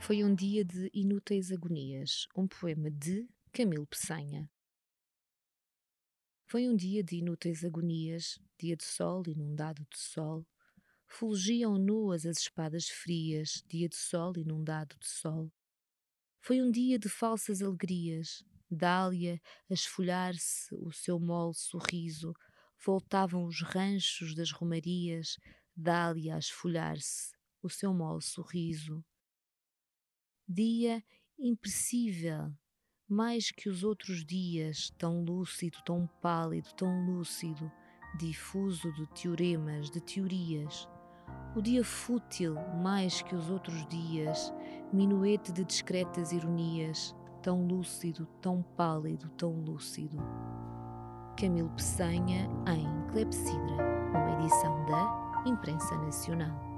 Foi um dia de inúteis agonias, um poema de Camilo Peçanha. Foi um dia de inúteis agonias, dia de sol inundado de sol. Fulgiam nuas as espadas frias, dia de sol inundado de sol. Foi um dia de falsas alegrias, dália a esfolhar-se o seu mole sorriso. Voltavam os ranchos das romarias, dália a esfolhar-se o seu mole sorriso. Dia impressível, mais que os outros dias, tão lúcido, tão pálido, tão lúcido, difuso de teoremas, de teorias. O dia fútil, mais que os outros dias, minuete de discretas ironias, tão lúcido, tão pálido, tão lúcido. Camilo Peçanha em Clepsidra, uma edição da Imprensa Nacional.